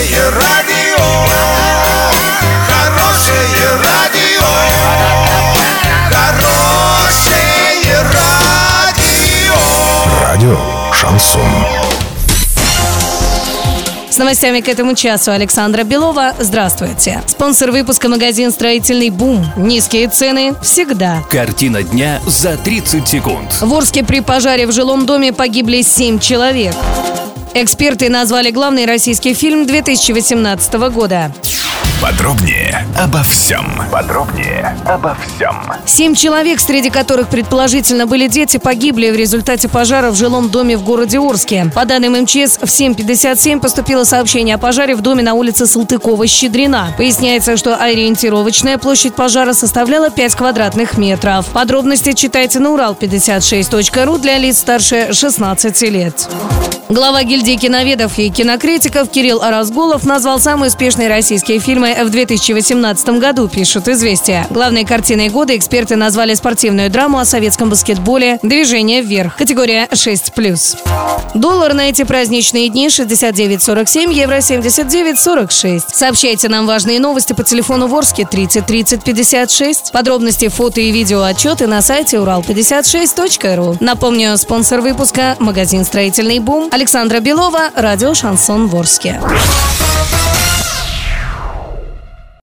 Хорошее радио, хорошее радио, хорошее радио. Радио «Шансон». С новостями к этому часу Александра Белова. Здравствуйте. Спонсор выпуска — магазин «Строительный бум». Низкие цены всегда. Картина дня за 30 секунд. В Орске при пожаре в жилом доме погибли 7 человек. Эксперты назвали главный российский фильм 2018 года. Подробнее обо всем. 7 человек, среди которых предположительно были дети, погибли в результате пожара в жилом доме в городе Орске. По данным МЧС, в 7:57 поступило сообщение о пожаре в доме на улице Салтыкова-Щедрина. Поясняется, что ориентировочная площадь пожара составляла 5 квадратных метров. Подробности читайте на урал56.ру для лиц старше 16 лет. Глава гильдии киноведов и кинокритиков Кирилл Аразголов назвал самые успешные российские фильмы в 2018 году, пишут «Известия». Главной картиной года эксперты назвали спортивную драму о советском баскетболе «Движение вверх», категория 6+. Доллар на эти праздничные дни 69.47, евро 79.46. Сообщайте нам важные новости по телефону в Орске 30 30 56. Подробности, фото и видео отчеты на сайте урал56.ру. Напомню, спонсор выпуска — магазин «Строительный бум». Александра Белова, радио «Шансон» в Орске.